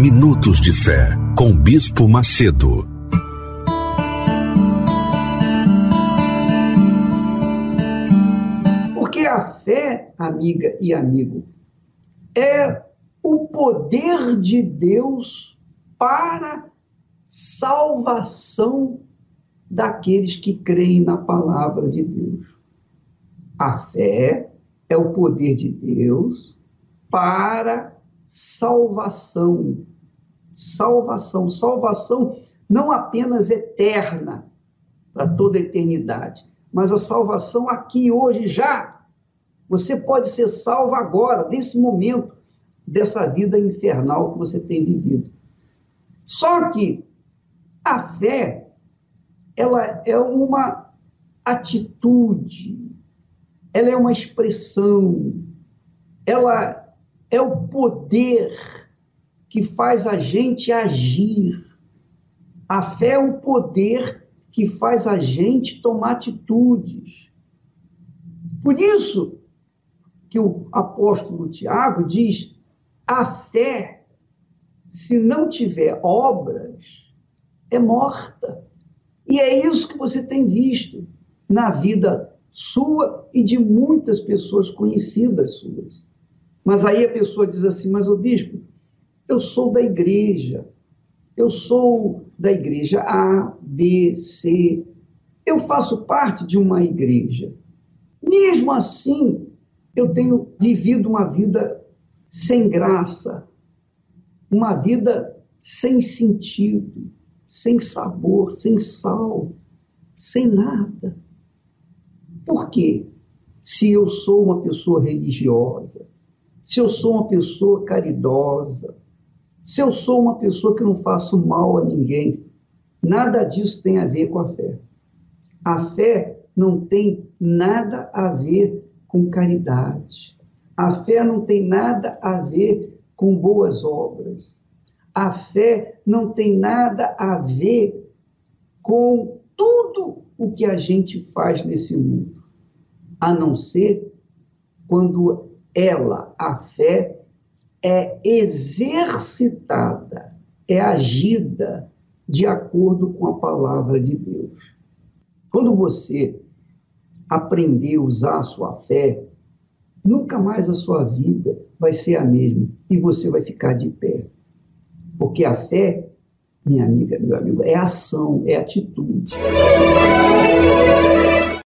Minutos de Fé, com Bispo Macedo. Porque a fé, amiga e amigo, é o poder de Deus para salvação daqueles que creem na palavra de Deus. A fé é o poder de Deus para salvação. Salvação não apenas eterna, para toda a eternidade, mas a salvação aqui, hoje, já. Você pode ser salvo agora, nesse momento, dessa vida infernal que você tem vivido. Só que a fé, ela é uma atitude, ela é uma expressão, ela é o poder que faz a gente agir. A fé é o poder que faz a gente tomar atitudes. Por isso que o apóstolo Tiago diz: a fé, se não tiver obras, é morta. E é isso que você tem visto na vida sua e de muitas pessoas conhecidas suas. Mas aí a pessoa diz assim: mas o bispo, eu sou da igreja A, B, C, eu faço parte de uma igreja. Mesmo assim, eu tenho vivido uma vida sem graça, uma vida sem sentido, sem sabor, sem sal, sem nada. Por quê? Se eu sou uma pessoa religiosa, se eu sou uma pessoa caridosa, se eu sou uma pessoa que não faço mal a ninguém, nada disso tem a ver com a fé. A fé não tem nada a ver com caridade. A fé não tem nada a ver com boas obras. A fé não tem nada a ver com tudo o que a gente faz nesse mundo, a não ser quando a fé, é exercitada, é agida de acordo com a palavra de Deus. Quando você aprender a usar a sua fé, nunca mais a sua vida vai ser a mesma e você vai ficar de pé. Porque a fé, minha amiga, meu amigo, é ação, é atitude.